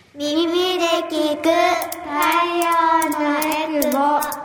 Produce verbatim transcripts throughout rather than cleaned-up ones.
耳で聞く太陽のエクボ。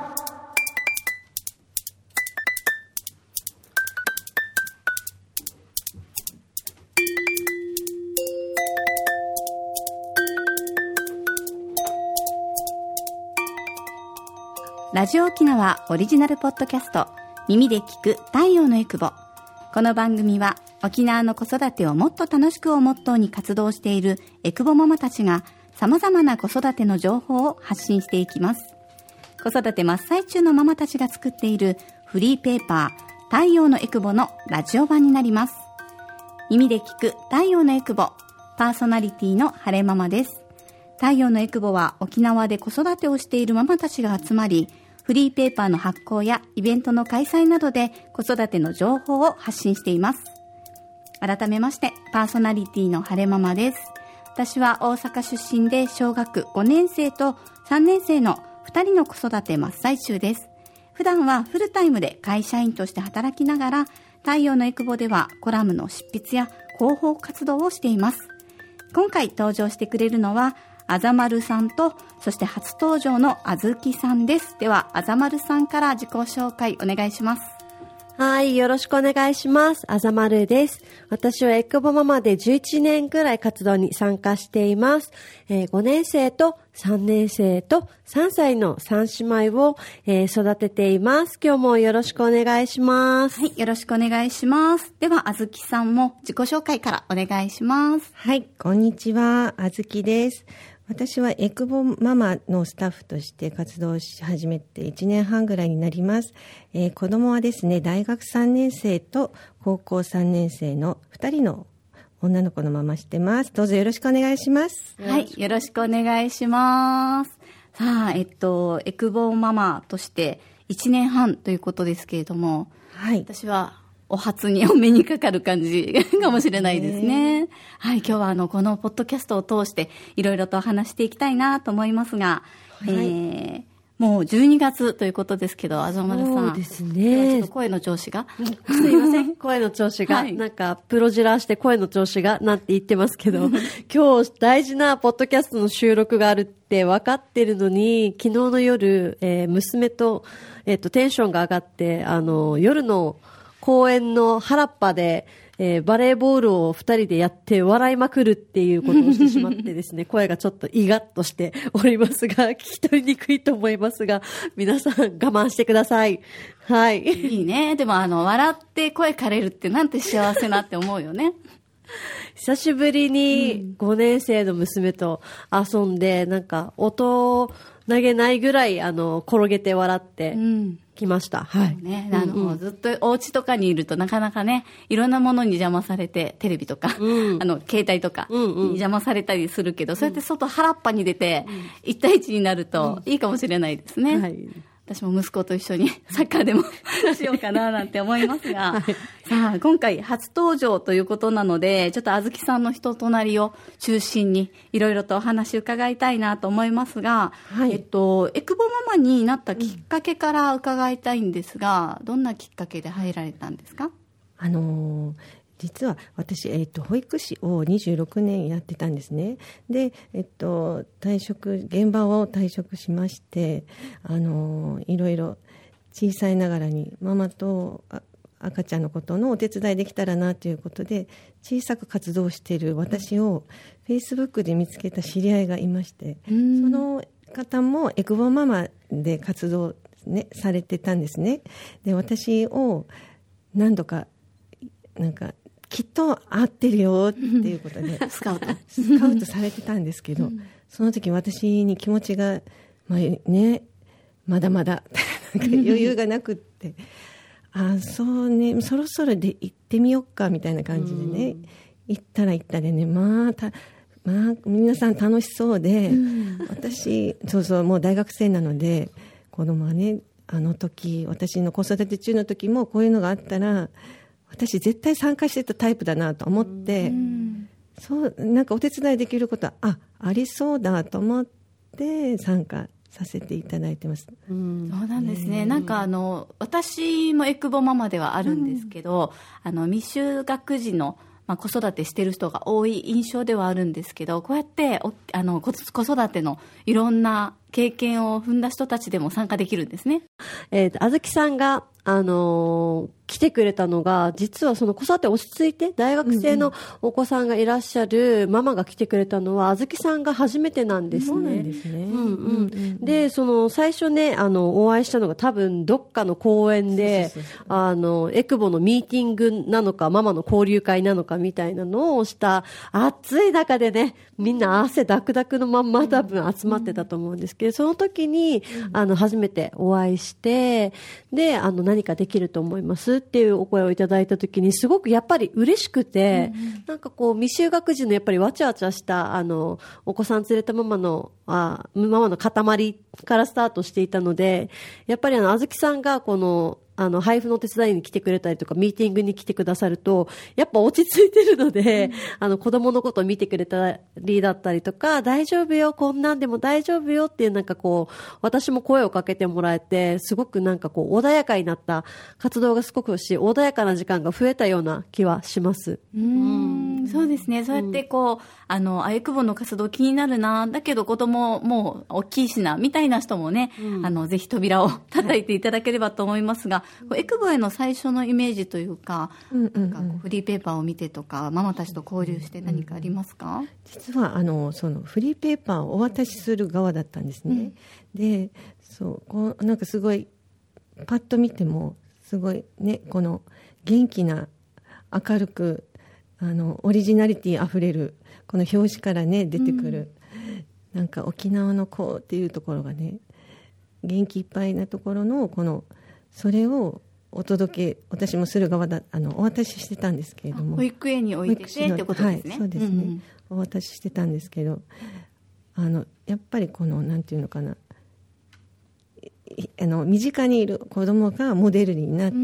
ラジオ沖縄オリジナルポッドキャスト、耳で聞く太陽のエクボ。この番組は沖縄の子育てをもっと楽しくをモットーに活動しているエクボママたちが様々な子育ての情報を発信していきます。子育て真っ最中のママたちが作っているフリーペーパー太陽のエクボのラジオ版になります。耳で聞く太陽のエクボ、パーソナリティの晴れママです。太陽のエクボは沖縄で子育てをしているママたちが集まり、フリーペーパーの発行やイベントの開催などで子育ての情報を発信しています。改めましてパーソナリティの晴れママです。私は大阪出身で小学ごねん生とさんねん生のふたりの子育て真っ最中です。普段はフルタイムで会社員として働きながら、太陽のエクボではコラムの執筆や広報活動をしています。今回登場してくれるのはあざまるさんと、そして初登場のあずきさんです。ではあざまるさんから自己紹介お願いします。 はい、よろしくお願いします。あざまるです。私はエクボママでじゅういちねんくらい活動に参加しています。えー、ごねん生とさんねん生とさんさいのさん姉妹を、えー、育てています。今日もよろしくお願いします。 はい、よろしくお願いします。ではあずきさんも自己紹介からお願いします。 はい、こんにちは、あずきです。私はエクボママのスタッフとして活動し始めていちねんはんぐらいになります。えー、子供はですね、大学さんねん生と高校さんねん生のふたりの女の子のママしてます。どうぞよろしくお願いします。 はい、よろしくお願いします。さあ、えっと、エクボママとしていちねんはんということですけれども、はい、私はお初にお目にかかる感じかもしれないですね。はい、今日はあのこのポッドキャストを通していろいろと話していきたいなと思いますが、はい、えー、もうじゅうにがつということですけど、あざまるさん、 そうですね、 ちょっと声の調子がすいません、声の調子が、はい、なんかプロジラーして声の調子がなんて言ってますけど今日大事なポッドキャストの収録があるって分かってるのに、昨日の夜、えー、娘と、えー、とテンションが上がって、あの夜の公園の原っぱで、えー、バレーボールを二人でやって笑いまくるっていうことをしてしまってですね声がちょっとイガッとしておりますが、聞き取りにくいと思いますが、皆さん我慢してください。はい。 いいね。でもあの笑って声枯れるってなんて幸せなって思うよね。 久しぶりにごねん生の娘と遊んで、なんか音投げないぐらいあの転げて笑ってきました。 うん、はいね、あの、うんうん、ずっとお家とかにいるとなかなかね、いろんなものに邪魔されて、テレビとか、うん、あの携帯とかに邪魔されたりするけど、うんうん、そうやって外原っぱに出て一対一になるといいかもしれないですね。うん、はい、私も息子と一緒にサッカーでもしようかななんて思いますが、はい、さあ今回初登場ということなので、ちょっとあずきさんの人となりを中心にいろいろとお話伺いたいなと思いますが、はい、えっとエクボママになったきっかけから伺いたいんですが、どんなきっかけで入られたんですか？ あのー実は私、えっと、保育士をにじゅうろくねんやってたんですね。で、えっと、退職、現場を退職しまして、あの、いろいろ小さいながらにママと赤ちゃんのことのお手伝いできたらなということで、小さく活動している私をフェイスブックで見つけた知り合いがいまして、その方もエクボママで活動、ね、されてたんですね。で、私を何度かなんかきっと合ってるよっていうことでスカウトスカウトされてたんですけど、うん、その時私に気持ちが、まあね、まだまだなんか余裕がなくってあそうね、そろそろで行ってみようかみたいな感じでね、うん、行ったら行ったでね、まあたまあ皆さん楽しそうで、うん、私そうそうもう大学生なので、子供はね、あの時私の子育て中の時もこういうのがあったら私絶対参加してたタイプだなと思って、うん、そうなんかお手伝いできることは あ, ありそうだと思って参加させていただいてます。 うん、そうなんですね。なんかあの私もエクボママではあるんですけど、うん、あの未就学児のまあ、子育てしてる人が多い印象ではあるんですけど、こうやっておあの子育てのいろんな経験を踏んだ人たちでも参加できるんですね。 えーと、あずきさんが、あのー、来てくれたのが、実はその子育て落ち着いて、大学生のお子さんがいらっしゃるママが来てくれたのは、あずきさんが初めてなんですね。 そうなんですね。 うんうん。で、その、最初ね、あの、お会いしたのが多分、どっかの公園で、 そうそうそうそう、 あの、エクボのミーティングなのか、ママの交流会なのかみたいなのをした、暑い中でね、みんな汗ダクダクのまんま多分集まってたと思うんですけど、その時に、あの、初めてお会いして、で、あの、何かできると思いますっていうお声をいただいた時に、すごくやっぱり嬉しくて、うんうん、なんかこう、未就学児のやっぱりわちゃわちゃした、あの、お子さん連れたママの、あママの塊からスタートしていたので、やっぱりあの、あずきさんがこの、あの、配布の手伝いに来てくれたりとか、ミーティングに来てくださると、やっぱ落ち着いてるので、うん、あの、子供のことを見てくれたりだったりとか、大丈夫よ、こんなんでも大丈夫よっていうなんかこう、私も声をかけてもらえて、すごくなんかこう、穏やかになった活動がすごくし、穏やかな時間が増えたような気はします。 うーん、うん、そうですね。そうやってこう、うん、あの、あゆくぼの活動気になるな、だけど子供もう大きいしな、みたいな人もね、うん、あの、ぜひ扉を叩いていただければと思いますが、はい、エクボへの最初のイメージというか、うんうんうん、なんかこうフリーペーパーを見てとかママたちと交流して何かありますか？うん、 実はあのそのフリーペーパーをお渡しする側だったんですね。うん、で、そうこうなんかすごいパッと見てもすごいね、この元気な明るくあのオリジナリティあふれるこの表紙からね出てくる、うん、なんか沖縄の子っていうところがね、元気いっぱいなところのこのそれをお届け私もする側だあのお渡ししてたんですけれども、 保育園に置いててってことですね。 はい、そうですね、うんうん、お渡ししてたんですけど、あのやっぱりこのなんていうのかな、あの身近にいる子供がモデルになって、うん、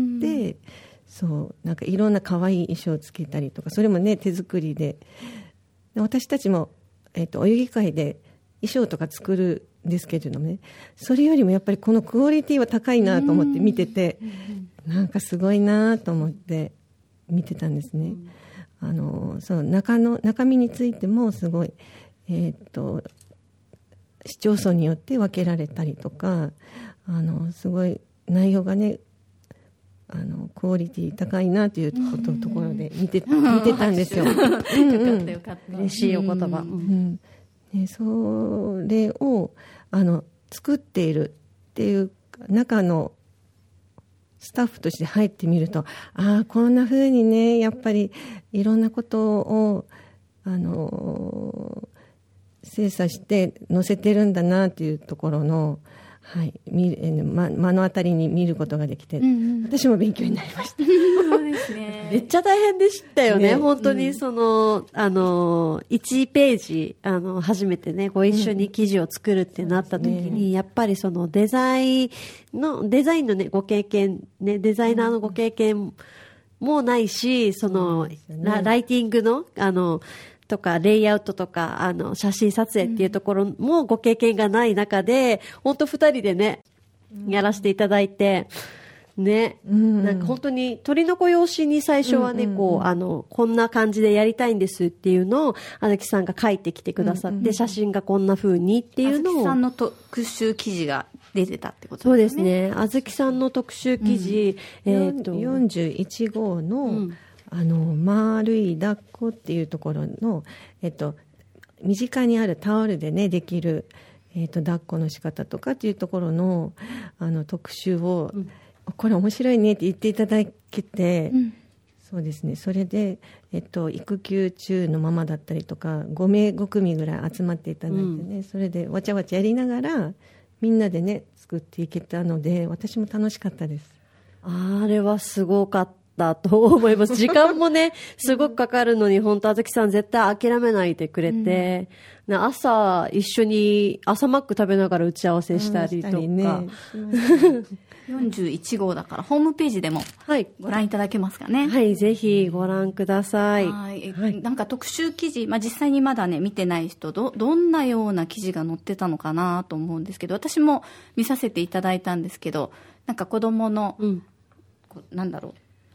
そうなんかいろんな可愛い衣装をつけたりとか、それもね手作りで、で私たちも、えーと、お遊戯会で衣装とか作るんですけれどもね、それよりもやっぱりこのクオリティは高いなと思って見てて、うん、なんかすごいなと思って見てたんですね。うん、あのそう中の中身についてもすごい、えーと市町村によって分けられたりとか、あのすごい内容がね、あのクオリティ高いなということ、ところで見て、見てたんですよ。よかったよかった。 嬉しいお言葉。うんうんね、それをあの作っているっていう中のスタッフとして入ってみると、ああこんな風にね、やっぱりいろんなことをあの精査して載せてるんだなっていうところの、はい、見ま、目の当たりに見ることができて、うんうん、私も勉強になりました。 そうですね。 めっちゃ大変でしたよね。ね、本当にその、うん、あのいちページあの初めてねご一緒に記事を作るってなった時に、うんね、やっぱりそのデザインのデザインのねご経験ねデザイナーのご経験もないし、その、ね、ラ, ライティングのあのとかレイアウトとかあの写真撮影っていうところもご経験がない中で、本当二人でねやらせていただいてね、うん、なんか本当に鳥の子用紙に最初はね、うんうんうん、こうあのこんな感じでやりたいんですっていうのをあずきさんが書いてきてくださって、うんうん、写真がこんな風にっていうのを、あずきさんの特集記事が出てたってことですね。 そうですね。あずきさんの特集記事、 うん、えー、とよんじゅういち号の、うんあの丸い抱っこっていうところの、えっと、身近にあるタオルでねできる、えっと、抱っこの仕方とかっていうところの、あの特集を、うん、これ面白いねって言っていただけて、うん、そうですね。それで、えっと、育休中のママだったりとかごめいごくみぐらい集まっていただいてね、うん、それでわちゃわちゃやりながらみんなでね作っていけたので、私も楽しかったです。 あれはすごかっただと思います。時間もねすごくかかるのに、本当あずきさん絶対諦めないでくれて、うん、朝一緒に朝マック食べながら打ち合わせしたりとか、うんね、 よんじゅういち号だからホームページでもご覧いただけますかね。 はい、はい、ぜひご覧ください。 はい、はい、なんか特集記事、まあ、実際にまだね見てない人 ど, どんなような記事が載ってたのかなと思うんですけど、私も見させていただいたんですけど、なんか子供の、うん、なんだろう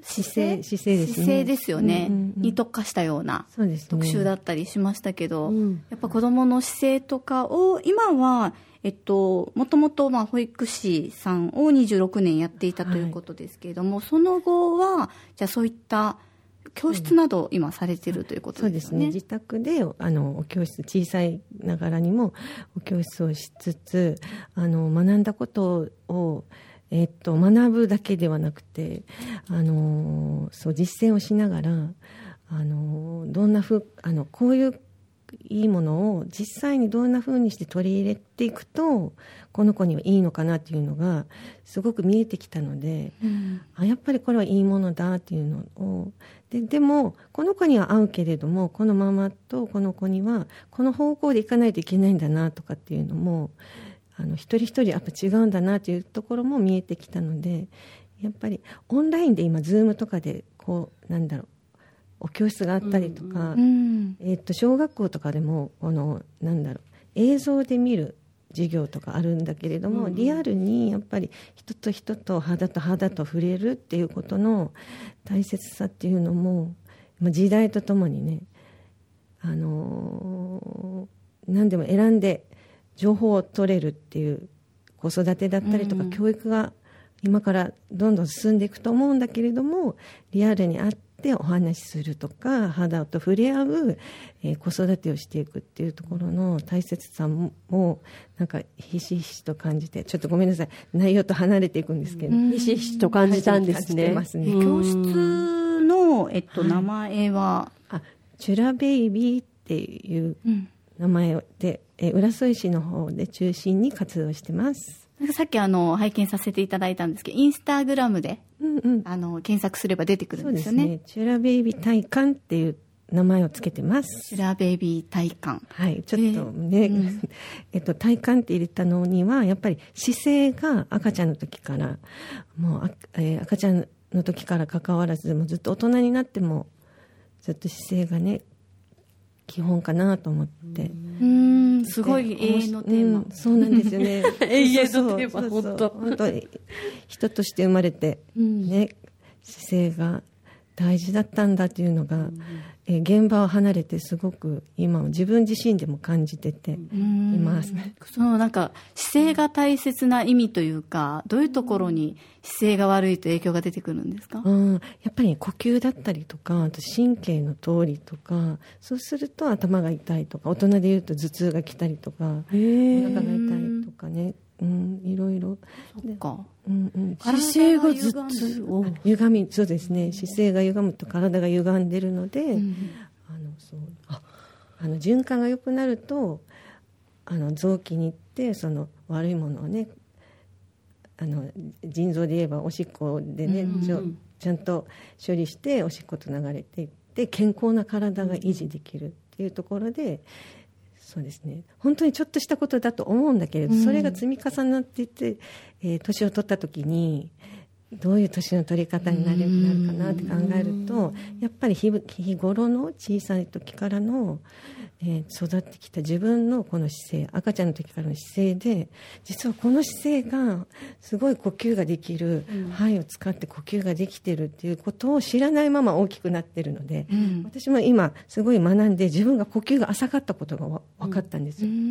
姿勢姿勢ですね。 姿勢ですよね、 うんうんうん、 に特化したようなそうですね、 特集だったりしましたけど、 うん、 やっぱ子どもの姿勢とかを今は、えっと、もともとまあ保育士さんをにじゅうろくねんやっていたということですけれども、はい、その後はじゃあそういった教室など今されているということですよね。 そうですね、自宅であのお教室、小さいながらにもお教室をしつつ、あの学んだことをえっと、学ぶだけではなくて、あのそう実践をしながら、あのどんなふうあのこういういいものを実際にどんなふうにして取り入れていくとこの子にはいいのかなっていうのがすごく見えてきたので、うん、あやっぱりこれはいいものだっていうのを で, でもこの子には合うけれどもこのママとこの子にはこの方向でいかないといけないんだなとかっていうのもあの一人一人やっぱ違うんだなというところも見えてきたので、やっぱりオンラインで今 Zoom とかでこうなんだろうお教室があったりとか、うんうんえー、と小学校とかでもこのなんだろう映像で見る授業とかあるんだけれども、うんうん、リアルにやっぱり人と人と肌と肌と触れるっていうことの大切さっていうのも時代とともにね、あのー、何でも選んで情報を取れるっていう子育てだったりとか、うんうん、教育が今からどんどん進んでいくと思うんだけれども、リアルに会ってお話しするとか肌と触れ合う、えー、子育てをしていくっていうところの大切さもなんかひしひしと感じて、ちょっとごめんなさい内容と離れていくんですけど、 ひしひしと感じたんですね。 ますね。教室の、えっと、名前は、 はい、あチュラベイビーっていう名前で、うん、浦添市の方で中心に活動してます。 なんかさっきあの拝見させていただいたんですけど、インスタグラムで、うんうん、あの検索すれば出てくるんですよね。そうですね。 チュラベイビー体感っていう名前をつけてます。 チュラベイビー体感。 はい、ちょっとね、えーうんえっと、体感って入れたのにはやっぱり姿勢が赤ちゃんの時からもうあ、えー、赤ちゃんの時から関わらずもうずっと大人になってもずっと姿勢がね基本かなと思って、 うーんすごい永遠のテーマ、 うん、そうなんですよね永遠のテーマ、本当本当に人として生まれて、うん、ね姿勢が大事だったんだっていうのが、うんえー、現場を離れてすごく今自分自身でも感じてています。 そのなんか姿勢が大切な意味というか、どういうところに姿勢が悪いと影響が出てくるんですか？ うん、やっぱり呼吸だったりとか、あと神経の通りとか、そうすると頭が痛いとか、大人で言うと頭痛が来たりとか、お腹が痛いとかね、うん、いろいろ。 そっか。 うんうん、 姿勢が頭痛を歪み、そうですね。姿勢が歪むと体が歪んでるので、うん、あのそうああの循環が良くなるとあの臓器に行ってその悪いものをね、あの腎臓で言えばおしっこでね、うんうん、ちゃんと処理しておしっこと流れていって健康な体が維持できるっていうところで、そうですね、本当にちょっとしたことだと思うんだけれど、うん、それが積み重なっていって、えー、年を取った時にどういう年の取り方になる、なるかなって考えると、やっぱり 日, 日頃の小さい時からの、えー、育ってきた自分のこの姿勢、赤ちゃんの時からの姿勢で、実はこの姿勢がすごい呼吸ができる、うん、肺を使って呼吸ができてるっていうことを知らないまま大きくなってるので、うん、私も今すごい学んで自分が呼吸が浅かったことが分かったんですよ、うんうん、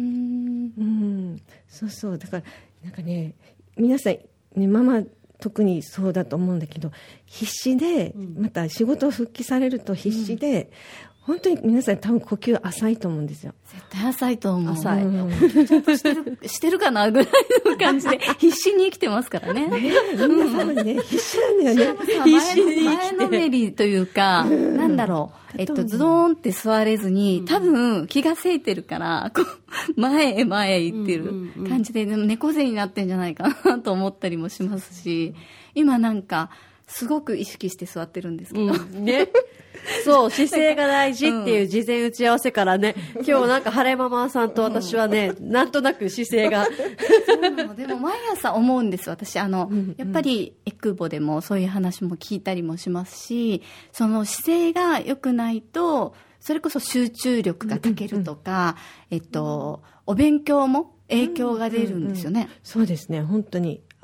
そうそうだからなんかね、皆さん、ね、ママ特にそうだと思うんだけど、必死でまた仕事を復帰されると必死で、うん、本当に皆さん多分呼吸浅いと思うんですよ。 絶対浅いと思う。 浅い、うん、 ちゃんとしてるしてるかなぐらいの感じで必死に生きてますからね。 ね皆さんね必死なんだよね。 必死に前のめりというか、うん、なんだろう、えっとズドーンって座れずに、多分気がせいてるからこう前へ前へ行ってる感じで、でも猫背になってんじゃないかなと思ったりもしますし、今なんかすごく意識して座ってるんですけど、 うん、ねそう姿勢が大事っていう事前打ち合わせからね、うん、今日なんか晴れママさんと私はね、うん、なんとなく姿勢がそうでも毎朝思うんです私、あの、うん、やっぱりエクボでもそういう話も聞いたりもしますし、その姿勢が良くないとそれこそ集中力が欠けるとか、うんうん、えっとお勉強も影響が出るんですよね、 うんうんうん、そうですね、本当に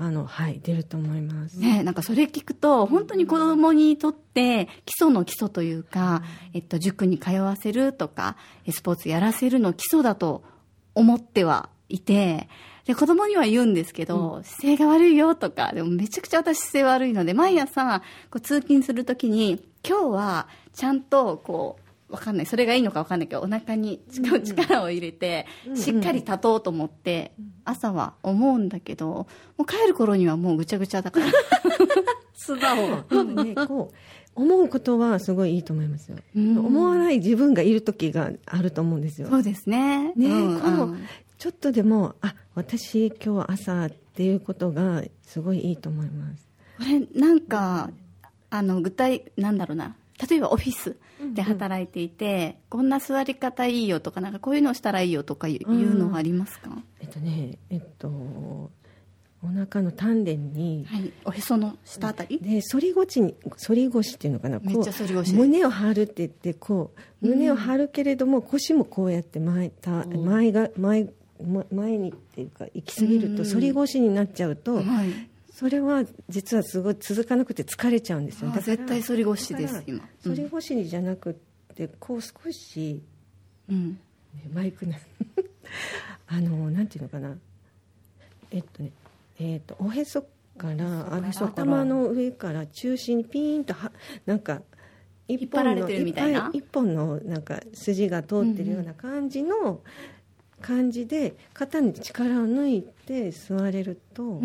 あの、はい、出ると思います。 ね、なんかそれ聞くと、本当に子供にとって基礎の基礎というか、えっと、塾に通わせるとか、スポーツやらせるの基礎だと思ってはいて、で、子供には言うんですけど、うん、姿勢が悪いよとか、でもめちゃくちゃ私姿勢悪いので、毎朝、こう通勤するときに、今日はちゃんとこう、わかんない。それがいいのかわかんないけど、お腹に力を入れて、しっかり立とうと思って、朝は思うんだけど、もう帰る頃にはもうぐちゃぐちゃだから。素直。 でもね、こう、思うことはすごいいいと思いますよ。思わない自分がいる時があると思うんですよ。 そうですね。 ね、うん、この、ちょっとでも、あ、私今日朝っていうことがすごいいいと思います。 これ、なんか、あの、具体、なんだろうな。例えばオフィスで働いていて、うんうん、こんな座り方いいよとか、なんかこういうのをしたらいいよとかいうのはありますか？ えっとね、えっと、お腹の丹田に、 はい、おへその下あたりで、反り腰に、反り腰っていうのかな、 めっちゃ反り腰。 胸を張るって言って、こう、胸を張るけれども、うん、腰もこうやって前、た前が、前、前にっていうか、行き過ぎると、反り腰になっちゃうと、はい、それは実はすごい続かなくて疲れちゃうんですよ。だから絶対反り腰です今。 反り腰じゃなくてこう少し、うん、マイクなあのなんていうのかな、えっとねえっとおへそからあの頭の上から中心にピーンとはなんか一本の一本のなんか筋が通ってるような感じの感じで肩に力を抜いて座れると、うんうんうん、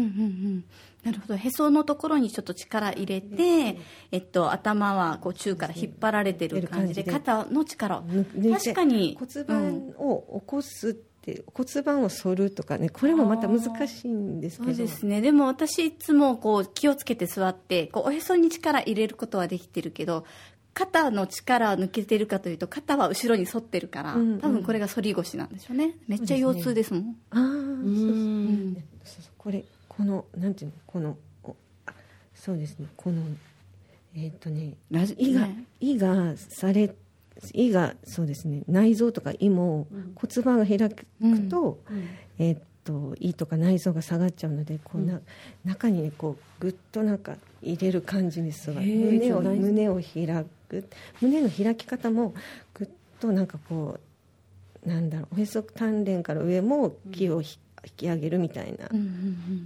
なるほど。へそのところにちょっと力入れて、えっと、頭はこう宙から引っ張られてる感じで肩の力を確かに骨盤を起こすって、うん、骨盤を反るとかね、これもまた難しいんですけど。 そうですね。でも私いつもこう気をつけて座ってこうおへそに力入れることはできてるけど、肩の力を抜けてるかというと肩は後ろに反ってるから、うんうん、多分これが反り腰なんでしょうね。めっちゃ腰痛ですもん。 ね、ああ、そうそう、うん、そうそう、これこのなんていうの、このあそうですね、このえっ、ー、とね胃が胃がされ胃がそうですね、内臓とか胃も骨盤が開くと、うんうん、えっ、ー、と胃とか内臓が下がっちゃうので、こうな、うん、中にねこうグッとなんか入れる感じにする。胸を胸を開く、胸の開き方もグッとなんかこうなんだろう、おへそ丹田から上も気を引き上げるみたいな、うんうんうん、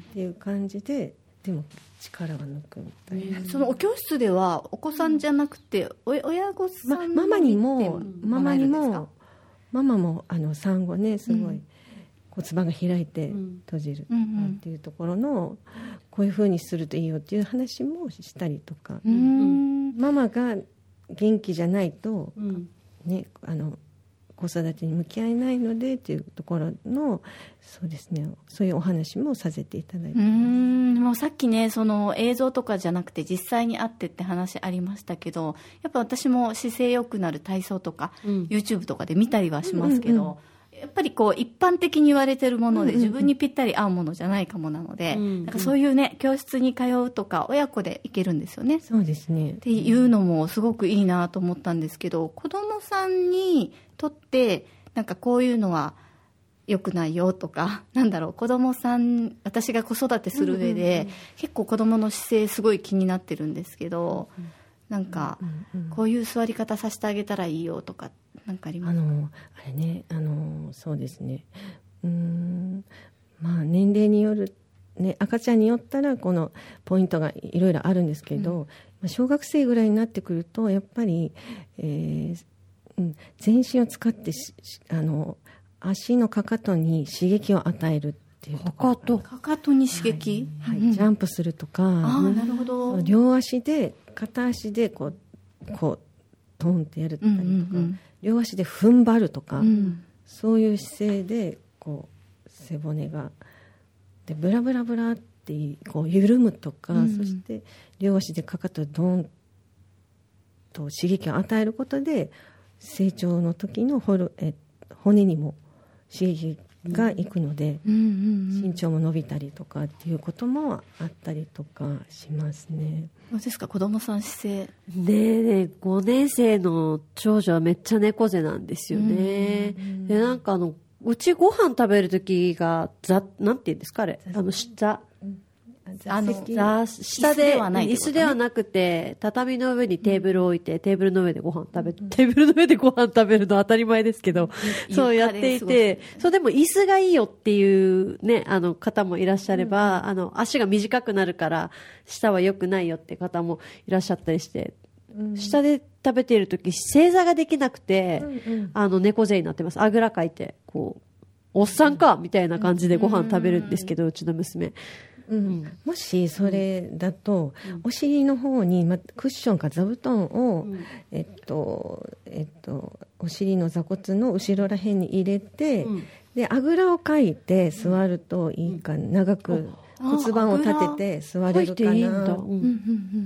っていう感じで、でも力が抜くみたいな、 うん、そのお教室ではお子さんじゃなくて、うん、親御さん、 ま、ママにもママにもママもあの産後ねすごい、うん、骨盤が開いて閉じるっていうところの、こういう風にするといいよっていう話もしたりとか、うん、ママが元気じゃないと、ね、あの子育てに向き合えないのでっていうところの、そうですね、そういうお話もさせていただいてます。うーん、もうさっきね、その映像とかじゃなくて実際に会ってって話ありましたけど、やっぱ私も姿勢良くなる体操とか、うん、YouTube とかで見たりはしますけど、うんうんうん、やっぱりこう一般的に言われてるもので自分にぴったり合うものじゃないかもなので、うんうん、なんかそういうね、教室に通うとか親子で行けるんですよね。 そうですね。 っていうのもすごくいいなと思ったんですけど、子供さんにとってなんかこういうのは良くないよとか、なんだろう、子供さん、私が子育てする上で、うんうんうん、結構子供の姿勢すごい気になってるんですけど、うんうん、なんか、うんうん、こういう座り方させてあげたらいいよとかなんかありますか？ あのあれね、あのそうですね、うーん、まあ年齢によるね、赤ちゃんによったらこのポイントがいろいろあるんですけど、うん、まあ、小学生ぐらいになってくるとやっぱり、えーうん、全身を使ってあの足のかかとに刺激を与えるっていうところ。 かかとかかとに刺激、 はいはい、うん、ジャンプするとか、 あ、なるほど、 両足で片足でこうこうトンってやるったりとか、うんうんうん、両足で踏ん張るとか、うん、そういう姿勢でこう背骨がでブラブラブラってこう緩むとか、うんうん、そして両足でかかとをドンと刺激を与えることで成長の時のホルえ骨にも刺激がいくので、うんうんうんうん、身長も伸びたりとかっていうこともあったりとかしますね。 どうですか、子供さん姿勢。 ねえねえ、ごねん生の長女はめっちゃ猫背なんですよね。うんうんうん、でなんかあのうちご飯食べる時がざなんていうんですかあれ、あの座、うん、 あの座下で椅子ではなくて畳の上にテーブルを置いて、うん、テーブルの上でご飯食べて、うん、テーブルの上でご飯食べるのは当たり前ですけど、うん、そうやっていて、そうでも椅子がいいよっていうねあの方もいらっしゃれば、うん、あの足が短くなるから下は良くないよって方もいらっしゃったりして、うん、下で食べているとき正座ができなくて、うんうん、あの猫背になってます。あぐらかいてこうおっさんかみたいな感じでご飯食べるんですけど、うん、うちの娘。 うん、もしそれだと、うん、お尻の方に、ま、クッションか座布団を、うんえっとえっと、お尻の座骨の後ろら辺に入れて、うん、であぐらをかいて座るといいか、うん、長く骨盤を立てて座れるかな。いいんだ、うん、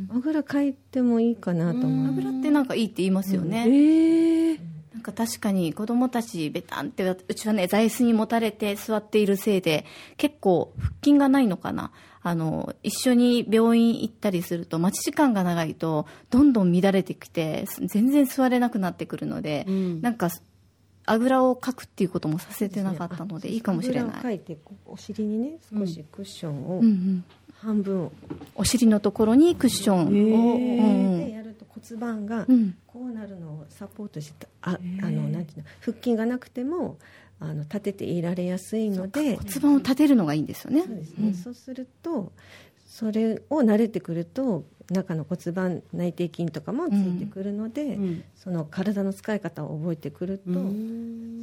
あぐらかいてもいいかなと思う。 あぐらってなんかいいって言いますよね、 うん、へー、 なんか確かに子供たちベタンってうちはね座椅子にもたれて座っているせいで結構腹筋がないのかな。あの一緒に病院行ったりすると待ち時間が長いとどんどん乱れてきて全然座れなくなってくるので、うん、なんかあぐらをかくっていうこともさせてなかったのでいいかもしれない。あぐらをかいてお尻にね少しクッションを、うんうん、半分お尻のところにクッションを、 うん、でやると骨盤がこうなるのをサポートして、あ、あのなんていうの、腹筋がなくてもあの立てていられやすいので骨盤を立てるのがいいんですよね。 そうですね、うん、そうするとそれを慣れてくると中の骨盤内転筋とかもついてくるので、うん、その体の使い方を覚えてくると、うん、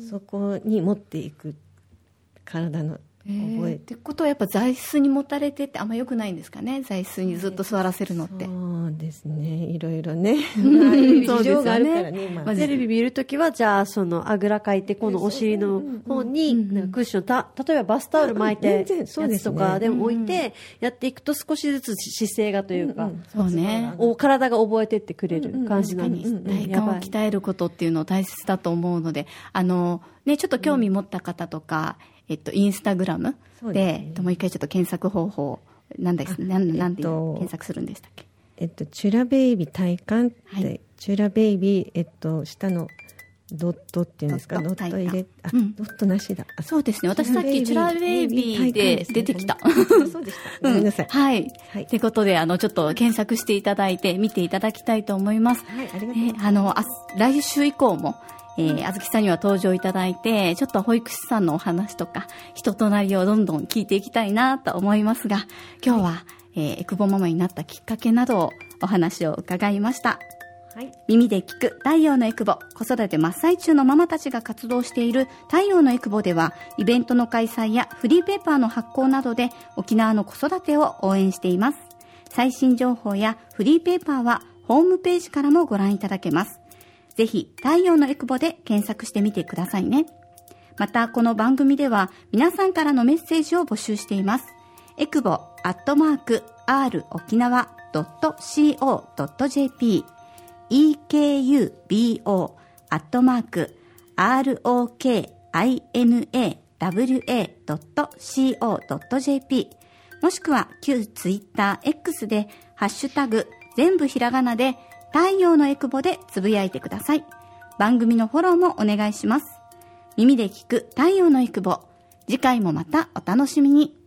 そこに持っていく体の覚えってことはやっぱ座椅子にもたれてってあんま良くないんですかね。座椅子にずっと座らせるのって。 そうですね、いろいろね事情があるからね。 まあ、テレビ見るときはじゃあそのあぐらかいてこのお尻の方になんかクッション、た例えばバスタオル巻いてやつとかでも置いてやっていくと少しずつ姿勢がというか、 そうね、 体が覚えてってくれる感じなんですね。 体幹を鍛えることっていうの大切だと思うので、あのねちょっと興味持った方とか、うん、えっとインスタグラムで、ね、もう一回ちょっと検索方法なんですなんなんで検索するんでしたっけ。 えっとチュラベイビー体幹って、はい、チュラベイビーえっと下のドットっていうんですか、ドット入れ、あ、うん、ドットなしだ。 そうですね。私さっきチュラベイビーで出てきた。 そうでした。ごめんなさい。 うん、はい。はい。ということで、あの、ちょっと検索していただいて、見ていただきたいと思います。 はい、ありがとうございます。 えー、あの、あ来週以降も、えー、あずきさんには登場いただいて、ちょっと保育士さんのお話とか、人となりをどんどん聞いていきたいなと思いますが、今日は、えー、エクボママになったきっかけなどをお話を伺いました。はい、耳で聞く太陽のエクボ、子育て真っ最中のママたちが活動している太陽のエクボでは、イベントの開催やフリーペーパーの発行などで沖縄の子育てを応援しています。最新情報やフリーペーパーはホームページからもご覧いただけます。ぜひ太陽のエクボで検索してみてくださいね。またこの番組では皆さんからのメッセージを募集しています。エクボアットマーク r 沖縄 ドット シーオー ドット ジェーピーイーケーユービーオー アットマーク アールオーケーアイエヌエーダブリューエー ドット シーオー ドット ジェーピー もしくは旧ツイッター X でハッシュタグ全部ひらがなで太陽のエクボでつぶやいてください。番組のフォローもお願いします。耳で聞く太陽のエクボ、次回もまたお楽しみに。